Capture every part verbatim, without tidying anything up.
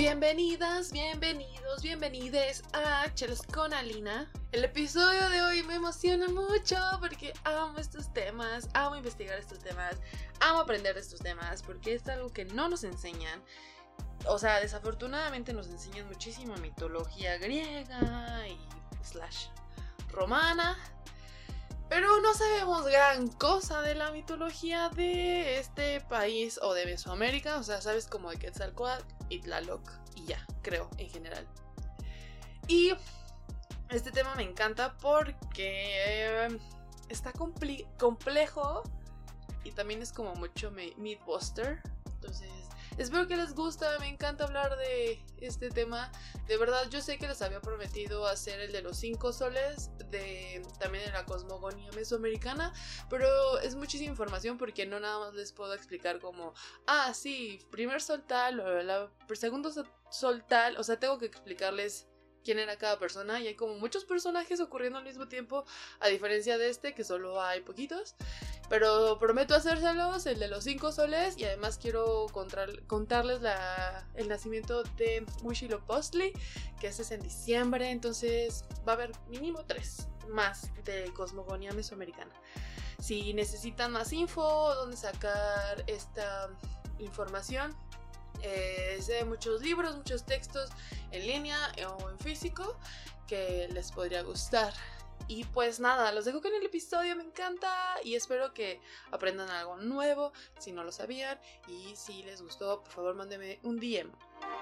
Bienvenidas, bienvenidos, bienvenides a Chelos con Alina. El episodio de hoy me emociona mucho porque amo estos temas, amo investigar estos temas, amo aprender de estos temas porque es algo que no nos enseñan. O sea, desafortunadamente nos enseñan muchísimo mitología griega y slash romana, pero no sabemos gran cosa de la mitología de este país o de Mesoamérica. O sea, sabes como de Quetzalcóatl y Tlaloc y ya, creo, en general. Y este tema me encanta porque está compli- complejo y también es como mucho mythbuster. Entonces, espero que les guste, me encanta hablar de este tema. De verdad, yo sé que les había prometido hacer el de los cinco soles, de también de la cosmogonía mesoamericana, pero es muchísima información porque no nada más les puedo explicar como, ah, sí, primer sol tal, o la, segundo sol tal, o sea, tengo que explicarles quién era cada persona y hay como muchos personajes ocurriendo al mismo tiempo, a diferencia de este que solo hay poquitos. Pero prometo hacérselos, el de los cinco soles, y además quiero contar, contarles la, el nacimiento de Huitzilopochtli, que ese es en diciembre, entonces va a haber mínimo tres más de cosmogonía mesoamericana. Si necesitan más info, dónde sacar esta información, eh, sé muchos libros, muchos textos en línea o en físico que les podría gustar. Y pues nada, los dejo con el episodio, me encanta y espero que aprendan algo nuevo si no lo sabían, y si les gustó, por favor mándenme un D M.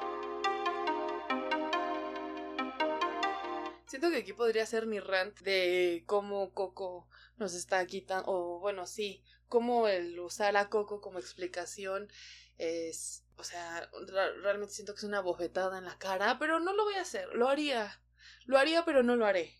Siento que aquí podría ser mi rant de cómo Coco nos está quitando, o bueno, sí, cómo el usar a Coco como explicación es, o sea, ra- realmente siento que es una bofetada en la cara, pero no lo voy a hacer, lo haría, lo haría pero no lo haré.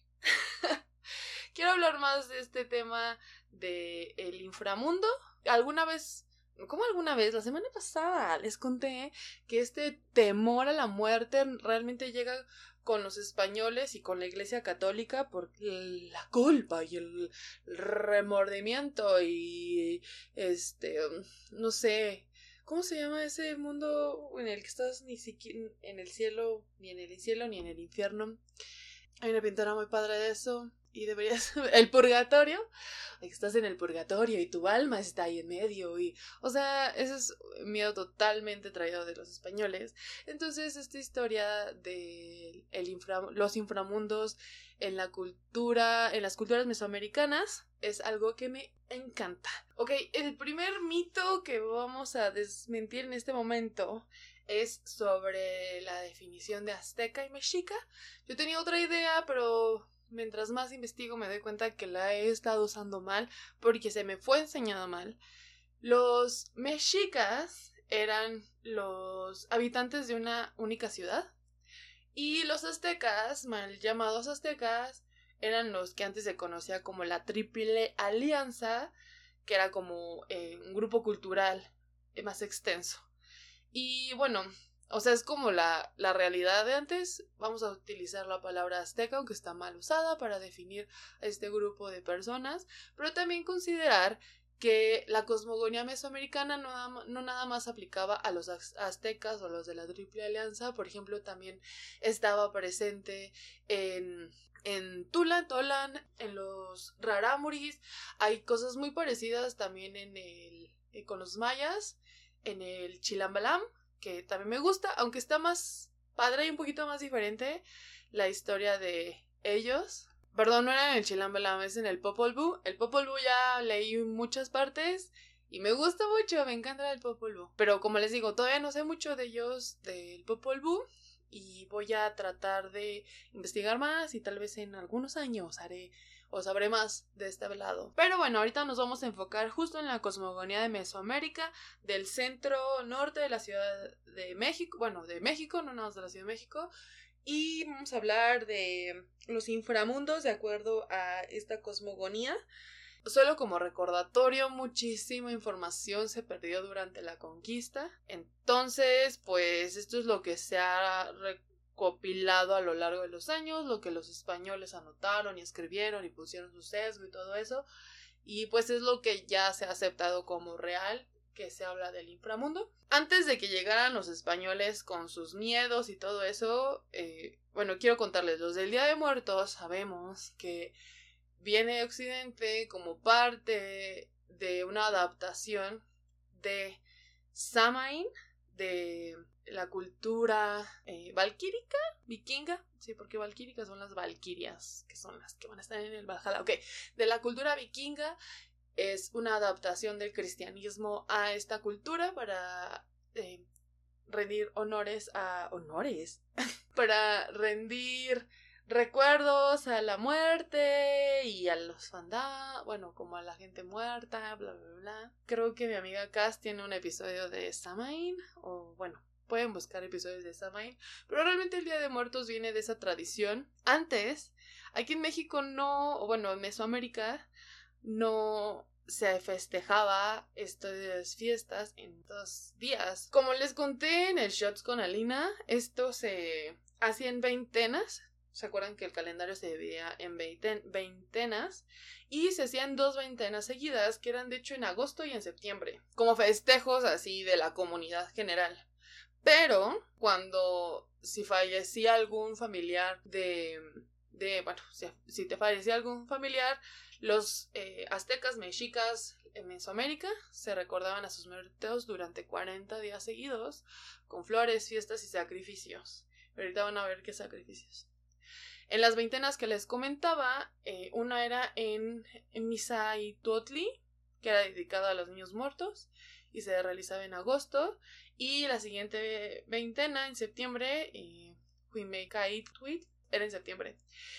Quiero hablar más de este tema de el inframundo. Alguna vez, ¿cómo alguna vez? La semana pasada les conté que este temor a la muerte realmente llega con los españoles y con la Iglesia Católica por la culpa y el remordimiento y este, no sé, ¿cómo se llama ese mundo en el que estás ni siquiera en el cielo, ni en el cielo, ni en el infierno? Hay una pintura muy padre de eso. Y deberías... El purgatorio. Que estás en el purgatorio y tu alma está ahí en medio. Y, o sea, ese es miedo totalmente traído de los españoles. Entonces, esta historia de el infra, los inframundos en la cultura, en las culturas mesoamericanas, es algo que me encanta. Ok, el primer mito que vamos a desmentir en este momento es sobre la definición de azteca y mexica. Yo tenía otra idea, pero mientras más investigo me doy cuenta que la he estado usando mal porque se me fue enseñado mal. Los mexicas eran los habitantes de una única ciudad y los aztecas, mal llamados aztecas, eran los que antes se conocía como la Triple Alianza, que era como eh, un grupo cultural eh, más extenso. Y bueno, o sea, es como la, la realidad de antes. Vamos a utilizar la palabra azteca, aunque está mal usada, para definir a este grupo de personas, pero también considerar que la cosmogonía mesoamericana no, no nada más aplicaba a los aztecas o a los de la Triple Alianza. Por ejemplo, también estaba presente en... En Tula, Tolan, en los Rarámuris. Hay cosas muy parecidas también en el, eh, con los mayas, en el Chilambalam, que también me gusta, aunque está más padre y un poquito más diferente la historia de ellos. Perdón, no era en el Chilambalam, es en el Popol Vuh. El Popol Vuh ya leí muchas partes y me gusta mucho, me encanta el Popol Vuh. Pero como les digo, todavía no sé mucho de ellos, del Popol Vuh, y voy a tratar de investigar más y tal vez en algunos años haré o sabré más de este lado. Pero bueno, ahorita nos vamos a enfocar justo en la cosmogonía de Mesoamérica, del centro norte de la Ciudad de México, bueno, de México, no nada más de la Ciudad de México, y vamos a hablar de los inframundos de acuerdo a esta cosmogonía. Solo como recordatorio, muchísima información se perdió durante la conquista. Entonces, pues esto es lo que se ha recopilado a lo largo de los años, lo que los españoles anotaron y escribieron y pusieron su sesgo y todo eso. Y pues es lo que ya se ha aceptado como real, que se habla del inframundo. Antes de que llegaran los españoles con sus miedos y todo eso, eh, bueno, quiero contarles, los del Día de Muertos sabemos que viene de Occidente como parte de una adaptación de Samhain, de la cultura eh, valquírica, vikinga, sí, porque valquíricas son las valquirias, que son las que van a estar en el Valhalla, ok, de la cultura vikinga. Es una adaptación del cristianismo a esta cultura para eh, rendir honores a... ¿Honores? para rendir recuerdos a la muerte y a los fantasmas, bueno, como a la gente muerta, bla, bla, bla. Creo que mi amiga Cass tiene un episodio de Samhain, o bueno, pueden buscar episodios de Samhain, pero realmente el Día de Muertos viene de esa tradición. Antes, aquí en México no, o bueno, en Mesoamérica, no se festejaba estas fiestas en dos días. Como les conté en el Shots con Alina, esto se hacía en veintenas. ¿Se acuerdan que el calendario se dividía en veinte, veintenas? Y se hacían dos veintenas seguidas, que eran de hecho en agosto y en septiembre, como festejos así de la comunidad general. Pero cuando si fallecía algún familiar de... de bueno, si, si te fallecía algún familiar, los eh, aztecas, mexicas en Mesoamérica se recordaban a sus muertos durante cuarenta días seguidos, con flores, fiestas y sacrificios. Pero ahorita van a ver qué sacrificios. En las veintenas que les comentaba, eh, una era en, en Misaituotli, que era dedicada a los niños muertos, y se realizaba en agosto, y la siguiente veintena, en septiembre, eh, Huimeicaitl, era en septiembre,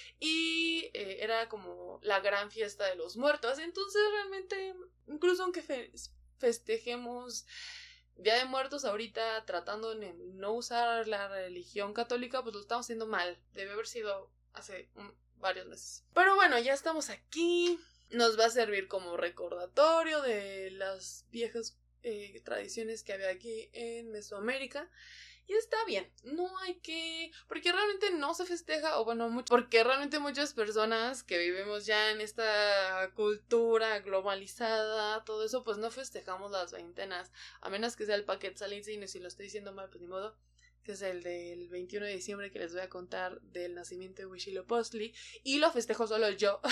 y eh, era como la gran fiesta de los muertos. Entonces realmente, incluso aunque fe- festejemos Día de Muertos ahorita tratando de no usar la religión católica, pues lo estamos haciendo mal. Debe haber sido hace um, varios meses. Pero bueno, ya estamos aquí. Nos va a servir como recordatorio de las viejas eh, tradiciones que había aquí en Mesoamérica. Y está bien, no hay que... Porque realmente no se festeja, o bueno, mucho, porque realmente muchas personas que vivimos ya en esta cultura globalizada, todo eso, pues no festejamos las veintenas, a menos que sea el Paquetzalítzin, y si lo estoy diciendo mal, pues ni modo, que es el del veintiuno de diciembre, que les voy a contar del nacimiento de Huitzilopochtli, y lo festejo solo yo.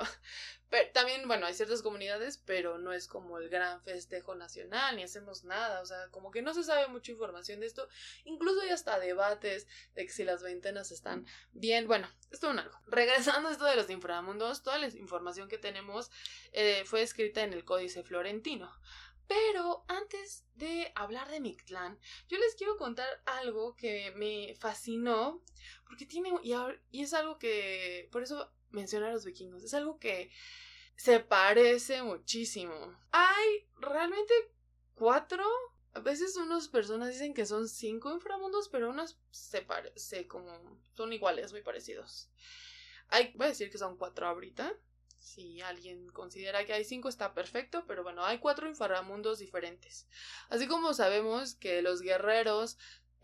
Pero también, bueno, hay ciertas comunidades, pero no es como el gran festejo nacional, ni hacemos nada, o sea, como que no se sabe mucha información de esto, incluso hay hasta debates de que si las veintenas están bien, bueno, esto es un algo. Regresando a esto de los inframundos, toda la información que tenemos eh, fue escrita en el Códice Florentino. Pero antes de hablar de Mictlán, yo les quiero contar algo que me fascinó, porque tiene, y, y es algo que, por eso mencioné a los vikingos, es algo que se parece muchísimo. Hay realmente cuatro, a veces unas personas dicen que son cinco inframundos, pero unas se parece como, son iguales, muy parecidos. Hay, voy a decir que son cuatro ahorita. Si alguien considera que hay cinco, está perfecto, pero bueno, hay cuatro inframundos diferentes. Así como sabemos que los guerreros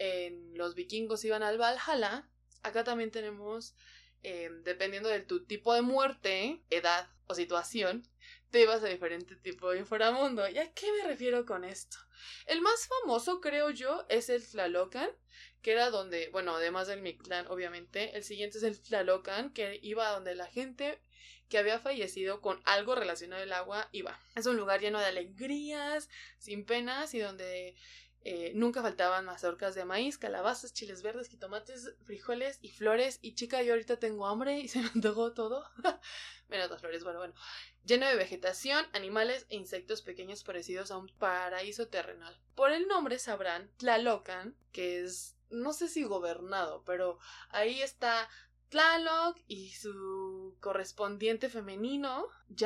en los vikingos iban al Valhalla, acá también tenemos, eh, dependiendo de tu tipo de muerte, edad o situación, te ibas a diferente tipo de inframundo. ¿Y a qué me refiero con esto? El más famoso, creo yo, es el Tlalocan, que era donde, bueno, además del Mictlán, obviamente, el siguiente es el Tlalocan, que iba donde la gente que había fallecido con algo relacionado al agua iba. Es un lugar lleno de alegrías, sin penas, y donde eh, nunca faltaban mazorcas de maíz, calabazas, chiles verdes, jitomates, frijoles y flores. Y chica, yo ahorita tengo hambre y se me antojó todo. Menos las flores, bueno, bueno. Lleno de vegetación, animales e insectos pequeños parecidos a un paraíso terrenal. Por el nombre sabrán Tlalocan, que es, no sé si gobernado, pero ahí está Tlaloc y su correspondiente femenino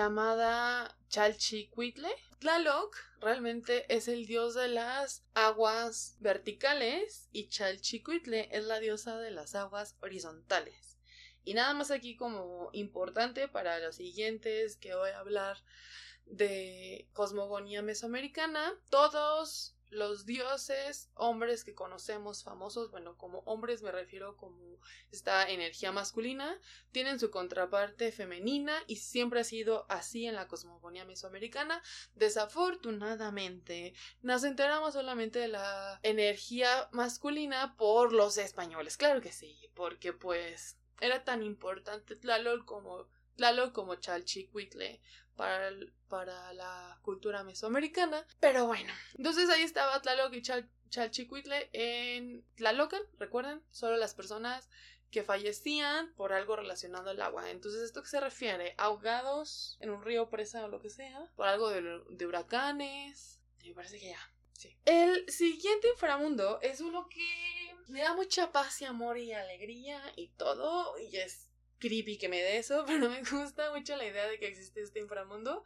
llamada Chalchicuitle. Tlaloc realmente es el dios de las aguas verticales y Chalchicuitle es la diosa de las aguas horizontales. Y nada más aquí como importante para los siguientes que voy a hablar de cosmogonía mesoamericana, todos los dioses hombres que conocemos famosos, bueno, como hombres me refiero como esta energía masculina, tienen su contraparte femenina y siempre ha sido así en la cosmogonía mesoamericana. Desafortunadamente, nos enteramos solamente de la energía masculina por los españoles, claro que sí, porque pues era tan importante Tlaloc como, Tlaloc como Chalchicuitle para, para la cultura mesoamericana, pero bueno, entonces ahí estaba Tlaloc y Chal, Chalchicuitle en Tlalocan, recuerden, solo las personas que fallecían por algo relacionado al agua. Entonces, ¿esto qué se refiere? Ahogados en un río, presa o lo que sea, por algo de, de huracanes, me parece que ya. Sí. El siguiente inframundo es uno que me da mucha paz y amor y alegría y todo, y es creepy que me dé eso, pero me gusta mucho la idea de que existe este inframundo.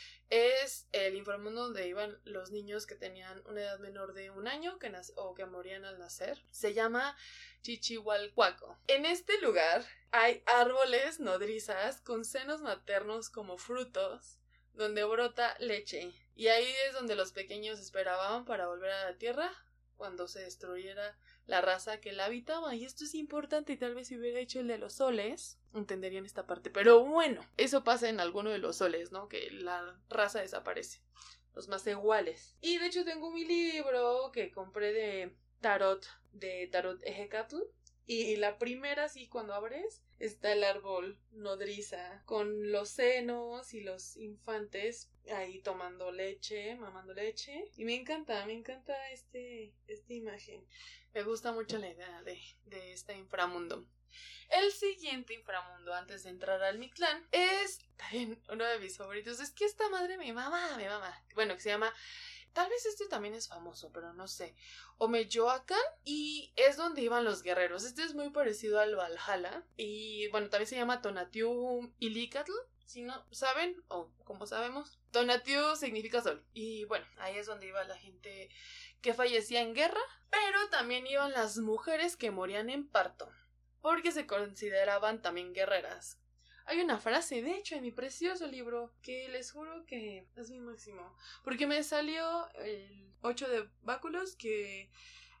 Es el inframundo donde iban los niños que tenían una edad menor de un año que nac- o que morían al nacer. Se llama Chichihualcuaco. En este lugar hay árboles nodrizas con senos maternos como frutos, donde brota leche. Y ahí es donde los pequeños esperaban para volver a la tierra cuando se destruyera la raza que la habitaba. Y esto es importante, y tal vez si hubiera hecho el de los soles entenderían esta parte, pero bueno, eso pasa en alguno de los soles, ¿no? Que la raza desaparece, los más iguales. Y de hecho tengo mi libro que compré de tarot, de tarot Ejecatl, y la primera, sí, cuando abres, está el árbol nodriza con los senos y los infantes ahí tomando leche, mamando leche. Y me encanta, me encanta este, esta imagen. Me gusta mucho la idea de, de este inframundo. El siguiente inframundo, antes de entrar al Mictlán, es también uno de mis favoritos. Es que esta madre me mama, me mama. Bueno, que se llama... Tal vez este también es famoso, pero no sé. Omeyoacan, y es donde iban los guerreros. Este es muy parecido al Valhalla. Y bueno, también se llama Tonatiuh Ilicatl. Si no saben, o como sabemos, Tonatiuh significa sol. Y bueno, ahí es donde iba la gente que fallecía en guerra. Pero también iban las mujeres que morían en parto, porque se consideraban también guerreras. Hay una frase, de hecho, en mi precioso libro, que les juro que es mi máximo, porque me salió el ocho de báculos, que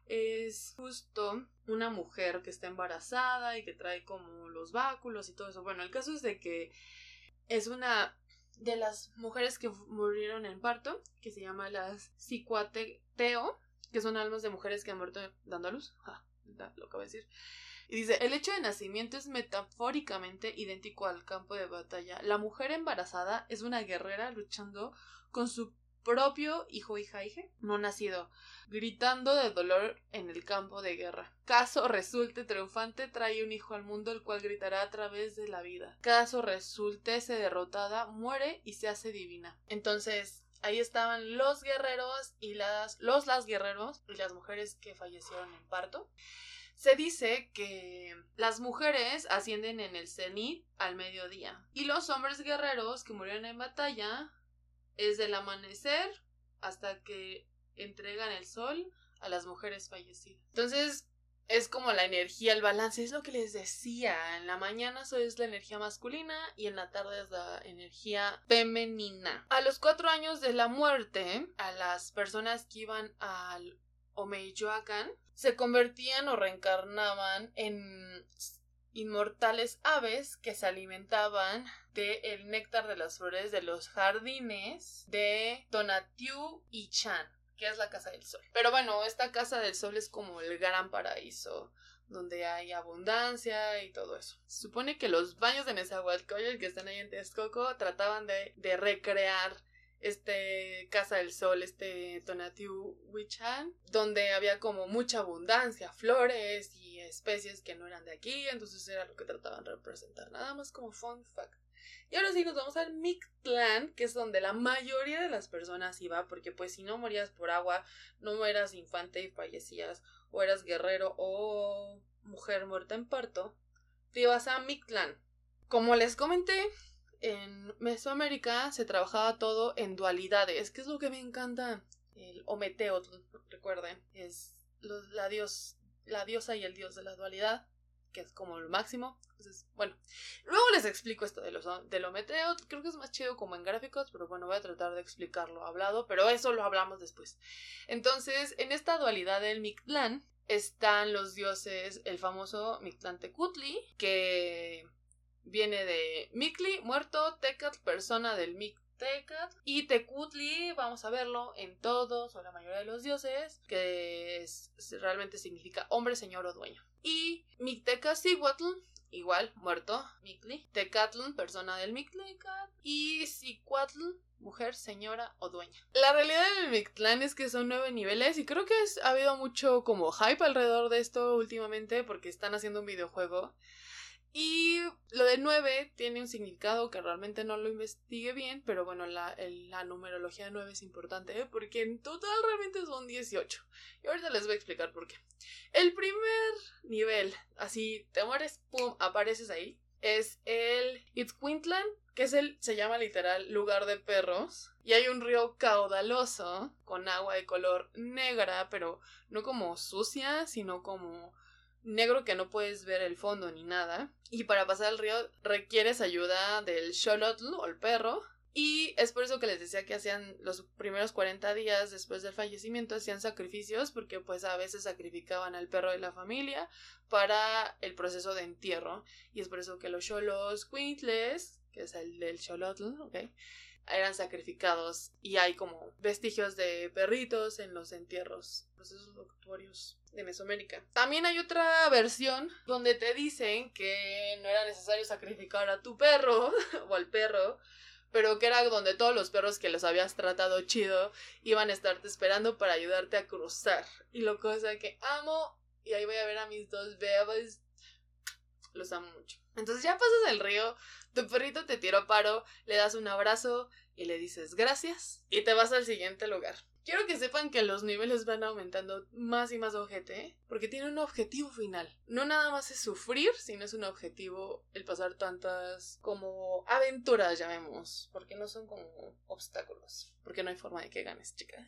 es justo una mujer que está embarazada y que trae como los báculos y todo eso. Bueno, el caso es de que es una de las mujeres que murieron en parto, que se llama las Cicuateo, que son almas de mujeres que han muerto dando a luz. Ja, lo acabo de decir. Y dice, el hecho de nacimiento es metafóricamente idéntico al campo de batalla. La mujer embarazada es una guerrera luchando con su propio hijo, hija, hije, no nacido, gritando de dolor en el campo de guerra. Caso resulte triunfante, trae un hijo al mundo, el cual gritará a través de la vida. Caso resultese derrotada, muere y se hace divina. Entonces... ahí estaban los guerreros y las, los las guerreros y las mujeres que fallecieron en parto. Se dice que las mujeres ascienden en el cenit al mediodía y los hombres guerreros que murieron en batalla es del amanecer hasta que entregan el sol a las mujeres fallecidas. Entonces es como la energía, el balance, es lo que les decía. En la mañana eso es la energía masculina y en la tarde es la energía femenina. A los cuatro años de la muerte, a las personas que iban al Omeyoacan se convertían o reencarnaban en inmortales aves que se alimentaban del néctar de las flores de los jardines de Tonatiuh Ichan, que es la Casa del Sol. Pero bueno, esta Casa del Sol es como el gran paraíso, donde hay abundancia y todo eso. Se supone que los baños de Nezahualcóyotl que están ahí en Texcoco trataban de, de recrear este Casa del Sol, este Tonatiuh Ichan, donde había como mucha abundancia, flores y especies que no eran de aquí, entonces era lo que trataban de representar, nada más como fun fact. Y ahora sí nos vamos al Mictlán, que es donde la mayoría de las personas iba, porque pues si no morías por agua, no eras infante y fallecías, o eras guerrero o mujer muerta en parto, te ibas a Mictlán. Como les comenté, en Mesoamérica se trabajaba todo en dualidades, que es lo que me encanta. El Ometeotl, recuerden, es los, la, dios, la diosa y el dios de la dualidad. que es como lo máximo. Entonces, bueno, luego les explico esto de los del Ometeotl. Creo que es más chido como en gráficos, pero bueno, voy a tratar de explicarlo hablado, pero eso lo hablamos después. Entonces, en esta dualidad del Mictlán están los dioses, el famoso Mictlantecutli, que viene de Mictli, muerto, Tecatl, persona del Mictecatl, y Tecutli, vamos a verlo en todos o la mayoría de los dioses, que es, realmente significa hombre, señor o dueño. Y Mictecacihuatl, igual, muerto, Mictli, Tecatl, persona del Mictecatl, y Cicuatl, mujer, señora o dueña. La realidad del Mictlán es que son nueve niveles y creo que es, ha habido mucho como hype alrededor de esto últimamente porque están haciendo un videojuego. Y lo de nueve tiene un significado que realmente no lo investigué bien, pero bueno, la, el, la numerología de nueve es importante, ¿eh? Porque en total realmente son dieciocho. Y ahorita les voy a explicar por qué. El primer nivel, así te mueres, pum, apareces ahí, es el Itzcuintlan, que es el, se llama literal lugar de perros, y hay un río caudaloso con agua de color negra, pero no como sucia, sino como negro que no puedes ver el fondo ni nada. Y para pasar el río requieres ayuda del Xolotl o el perro. Y es por eso que les decía que hacían los primeros cuarenta días después del fallecimiento, hacían sacrificios, porque pues a veces sacrificaban al perro de la familia para el proceso de entierro. Y es por eso que los Xoloscuintles, que es el del Xolotl, ok, eran sacrificados y hay como vestigios de perritos en los entierros, procesos luctuarios de Mesoamérica. También hay otra versión donde te dicen que no era necesario sacrificar a tu perro o al perro, pero que era donde todos los perros que los habías tratado chido iban a estarte esperando para ayudarte a cruzar. Y lo cosa que amo, y ahí voy a ver a mis dos bebés, los amo mucho. Entonces ya pasas el río, tu perrito te tiró paro, le das un abrazo y le dices gracias y te vas al siguiente lugar. Quiero que sepan que los niveles van aumentando más y más ojete, porque tiene un objetivo final. No nada más es sufrir, sino es un objetivo el pasar tantas como aventuras, llamemos, porque no son como obstáculos, porque no hay forma de que ganes, chica.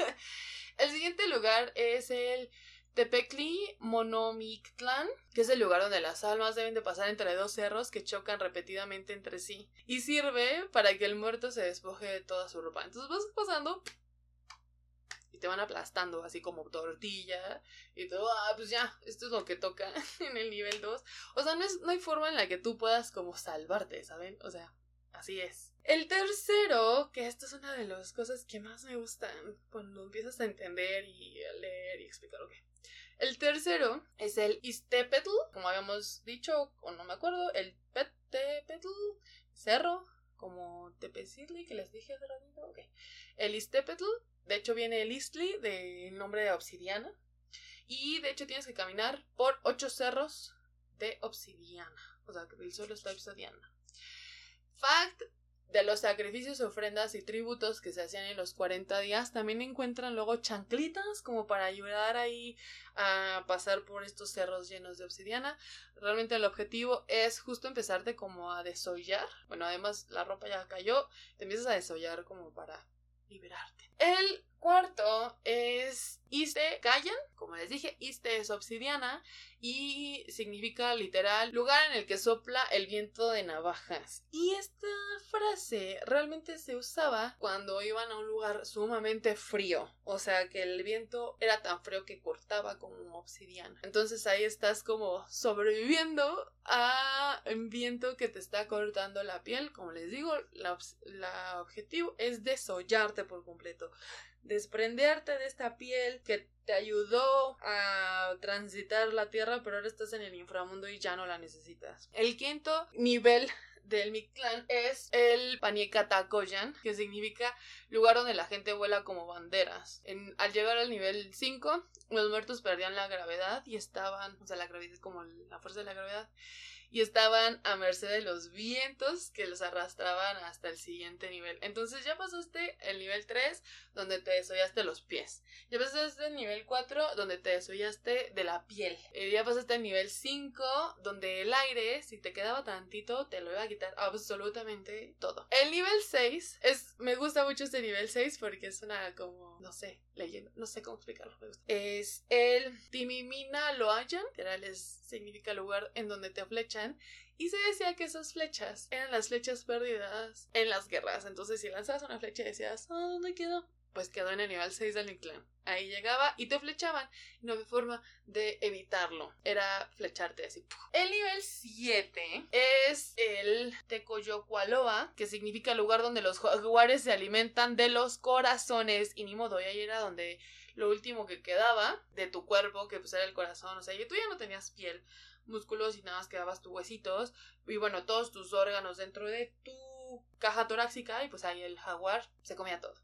El siguiente lugar es el Tepectli Monomictlán, que es el lugar donde las almas deben de pasar entre dos cerros que chocan repetidamente entre sí, y sirve para que el muerto se despoje de toda su ropa. Entonces vas pasando y te van aplastando así como tortilla y todo, ah, pues ya, esto es lo que toca en el nivel dos. O sea, no, es, no hay forma en la que tú puedas como salvarte, ¿saben? O sea, así es. El tercero, que esto es una de las cosas que más me gustan cuando empiezas a entender y a leer y explicar lo que... El tercero es el Iztepetl, como habíamos dicho, o no me acuerdo, el Petepetl, cerro, como Tepecitli, que les dije hace ratito, ok. El Iztepetl, de hecho viene el Istli, del nombre de obsidiana, y de hecho tienes que caminar por ocho cerros de obsidiana, o sea, que el suelo está obsidiana. Fact: de los sacrificios, ofrendas y tributos que se hacían en los cuarenta días, también encuentran luego chanclitas como para ayudar ahí a pasar por estos cerros llenos de obsidiana. Realmente el objetivo es justo empezarte como a desollar. Bueno, además la ropa ya cayó, te empiezas a desollar como para liberarte. El cuarto es Iste Callan, como les dije, Iste es obsidiana y significa literal lugar en el que sopla el viento de navajas. Y esta frase realmente se usaba cuando iban a un lugar sumamente frío, o sea que el viento era tan frío que cortaba como obsidiana. Entonces ahí estás como sobreviviendo a un viento que te está cortando la piel. Como les digo, la, la objetivo es desollarte por completo, desprenderte de esta piel que te ayudó a transitar la tierra, pero ahora estás en el inframundo y ya no la necesitas. El quinto nivel del Mictlán es el Paniekatakoyan, que significa lugar donde la gente vuela como banderas. En, al llegar al nivel cinco, los muertos perdían la gravedad y estaban, o sea, la gravedad es como la fuerza de la gravedad, y estaban a merced de los vientos que los arrastraban hasta el siguiente nivel. Entonces ya pasaste el nivel tres, donde te desollaste los pies. Ya pasaste al nivel cuatro, donde te desollaste de la piel. Eh, ya pasaste al nivel cinco, donde el aire, si te quedaba tantito, te lo iba a quitar absolutamente todo. El nivel seis, es, me gusta mucho este nivel seis porque es una como, no sé, leyenda, no sé cómo explicarlo, me gusta. Es el Timimina Loayan, que era, les significa lugar en donde te flechan. Y se decía que esas flechas eran las flechas perdidas en las guerras. Entonces, si lanzabas una flecha y decías, oh, ¿dónde quedó? Pues quedó en el nivel seis del Mictlán. Ahí llegaba y te flechaban. Y no había forma de evitarlo. Era flecharte así. El nivel siete es el Tecoyocualoa, que significa lugar donde los jaguares se alimentan de los corazones. Y ni modo, y ahí era donde lo último que quedaba de tu cuerpo, que pues era el corazón. O sea, y tú ya no tenías piel, músculos y nada más quedabas tus huesitos y bueno, todos tus órganos dentro de tu caja torácica y pues ahí el jaguar se comía todo.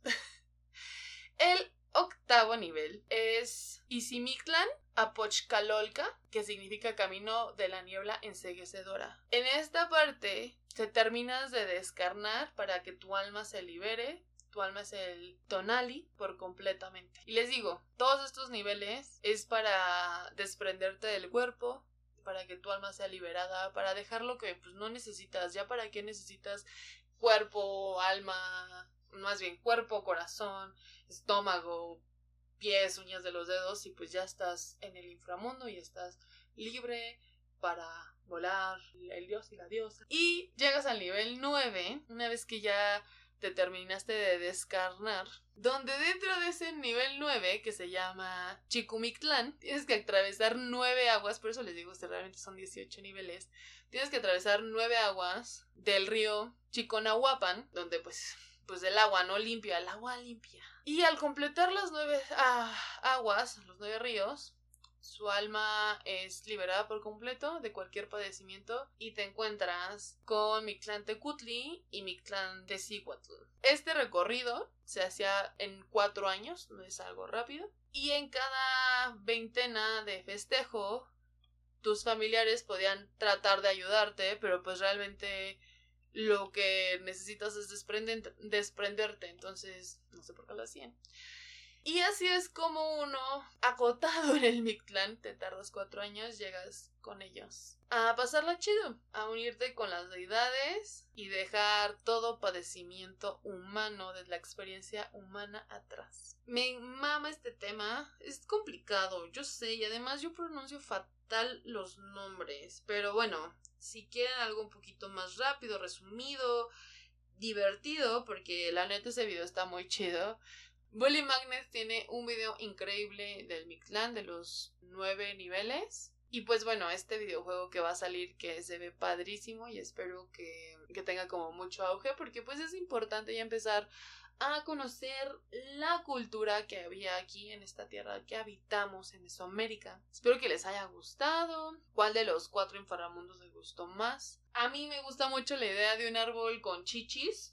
El octavo nivel es Isimictlán Apochcalolca, que significa camino de la niebla enceguecedora. En esta parte te terminas de descarnar para que tu alma se libere. Tu alma es el tonali por completamente. Y les digo, todos estos niveles es para desprenderte del cuerpo, para que tu alma sea liberada, para dejar lo que pues no necesitas. Ya para qué necesitas cuerpo, alma, más bien cuerpo, corazón, estómago, pies, uñas de los dedos, y pues ya estás en el inframundo y estás libre para volar, el dios y la diosa. Y llegas al nivel nueve, una vez que ya te terminaste de descarnar, donde dentro de ese nivel nueve, que se llama Chicumictlán, tienes que atravesar nueve aguas, por eso les digo, que realmente son dieciocho niveles, tienes que atravesar nueve aguas del río Chiconahuapan, donde pues, pues el agua no limpia, el agua limpia. Y al completar las nueve ah, aguas, los nueve ríos, su alma es liberada por completo de cualquier padecimiento y te encuentras con Mictlán Tecutli y Mictlán Tecihuatl. Este recorrido se hacía en cuatro años, no es algo rápido, y en cada veintena de festejo tus familiares podían tratar de ayudarte, pero pues realmente lo que necesitas es desprender, desprenderte, entonces no sé por qué lo hacían. Y así es como uno, acotado en el Mictlán, te tardas cuatro años, llegas con ellos a pasarla chido, a unirte con las deidades y dejar todo padecimiento humano de la experiencia humana atrás. Me mama este tema, es complicado, yo sé, y además yo pronuncio fatal los nombres, pero bueno, si quieren algo un poquito más rápido, resumido, divertido, porque la neta ese video está muy chido. Bully Magnet tiene un video increíble del Mictlán, de los nueve niveles. Y pues bueno, este videojuego que va a salir, que se ve padrísimo y espero que, que tenga como mucho auge, porque pues es importante ya empezar a conocer la cultura que había aquí en esta tierra que habitamos en Mesoamérica. Espero que les haya gustado. ¿Cuál de los cuatro inframundos les gustó más? A mí me gusta mucho la idea de un árbol con chichis.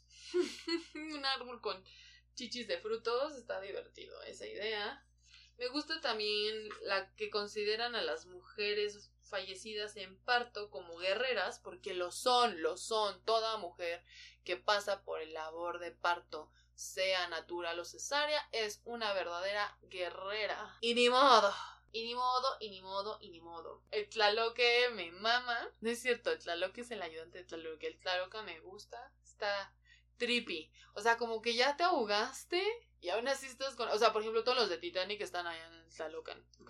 Un árbol con chichis de frutos, está divertido esa idea. Me gusta también la que consideran a las mujeres fallecidas en parto como guerreras, porque lo son, lo son. Toda mujer que pasa por el labor de parto, sea natural o cesárea, es una verdadera guerrera. Y ni modo, y ni modo, y ni modo, y ni modo. El Tlaloque me mama. No es cierto, el Tlaloque es el ayudante de Tlaloque. El Tlaloque me gusta, está trippy. O sea, como que ya te ahogaste y aún así estás con... O sea, por ejemplo, todos los de Titanic están allá en el Tlalocan, ¿ok?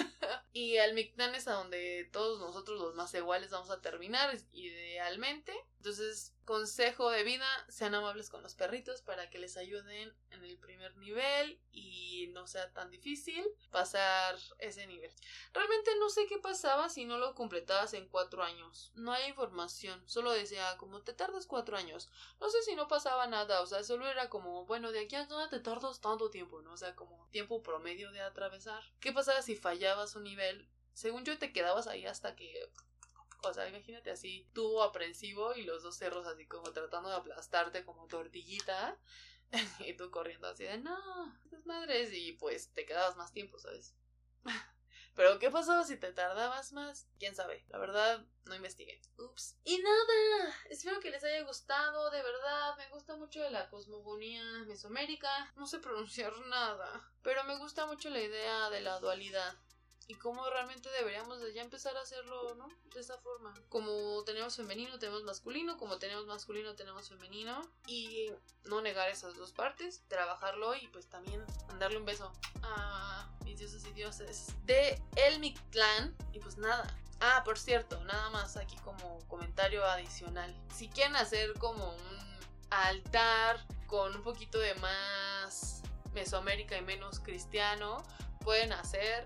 Y el Mictlán es a donde todos nosotros los más iguales vamos a terminar, idealmente. Entonces, consejo de vida, sean amables con los perritos para que les ayuden en el primer nivel y no sea tan difícil pasar ese nivel. Realmente no sé qué pasaba si no lo completabas en cuatro años. No hay información, solo decía como te tardas cuatro años. No sé si no pasaba nada, o sea, solo era como, bueno, de aquí a nada te tardas tanto tiempo, ¿no? O sea, como tiempo promedio de atravesar. ¿Qué pasaba si fallabas un nivel? Según yo te quedabas ahí hasta que... O sea, imagínate así, tú aprensivo y los dos cerros así como tratando de aplastarte como tortillita y tú corriendo así de no, esas madres, y pues te quedabas más tiempo, ¿sabes? Pero ¿qué pasó si te tardabas más? ¿Quién sabe? La verdad, no investigué. Ups. Y nada, espero que les haya gustado, de verdad. Me gusta mucho de la cosmogonía mesomérica. No sé pronunciar nada, pero me gusta mucho la idea de la dualidad. Y cómo realmente deberíamos de ya empezar a hacerlo, ¿no? De esa forma. Como tenemos femenino, tenemos masculino. Como tenemos masculino, tenemos femenino. Y no negar esas dos partes. Trabajarlo y pues también mandarle un beso a mis dioses y dioses de El Mictlán. Y pues nada. Ah, por cierto, nada más aquí como comentario adicional. Si quieren hacer como un altar con un poquito de más Mesoamérica y menos cristiano, pueden hacer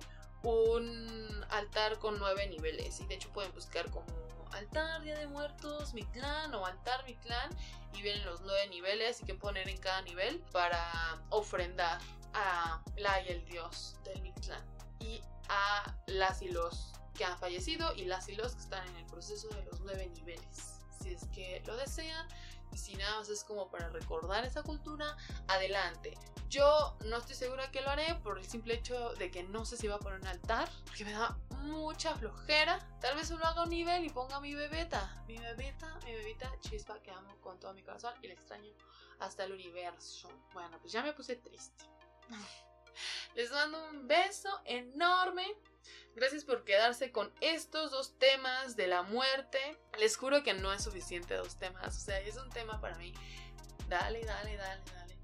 un altar con nueve niveles. Y de hecho pueden buscar como altar Día de Muertos Mictlán o altar Mictlán y vienen los nueve niveles y qué poner en cada nivel para ofrendar a la y el dios del Mictlán y a las y los que han fallecido y las y los que están en el proceso de los nueve niveles, si es que lo desean. Y si nada más es como para recordar esa cultura, adelante. Yo no estoy segura que lo haré por el simple hecho de que no sé si va a poner un altar, porque me da mucha flojera. Tal vez solo haga un nivel y ponga mi bebeta, mi bebeta, mi bebita Chispa, que amo con todo mi corazón y la extraño hasta el universo. Bueno, pues ya me puse triste. Les mando un beso enorme. Gracias por quedarse con estos dos temas de la muerte. Les juro que no es suficiente dos temas. O sea, es un tema para mí. Dale, dale, dale, dale.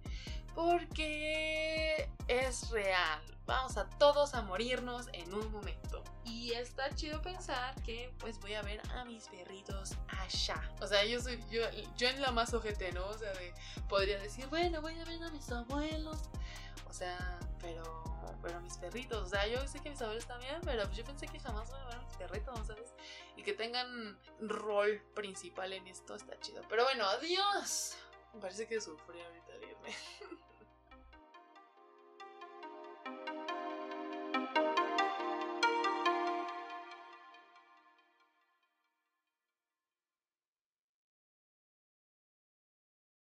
Porque es real. Vamos a todos a morirnos en un momento. Y está chido pensar que pues voy a ver a mis perritos allá. O sea, yo soy yo, yo en la más ojete, ¿no? O sea, de, podría decir, bueno, voy a ver a mis abuelos. O sea, pero, pero mis perritos, o sea, yo sé que mis abuelos también, pero yo pensé que jamás voy a ver a mis perritos, ¿sabes? Y que tengan rol principal en esto, está chido. Pero bueno, adiós. Me parece que sufrí ahorita al irme.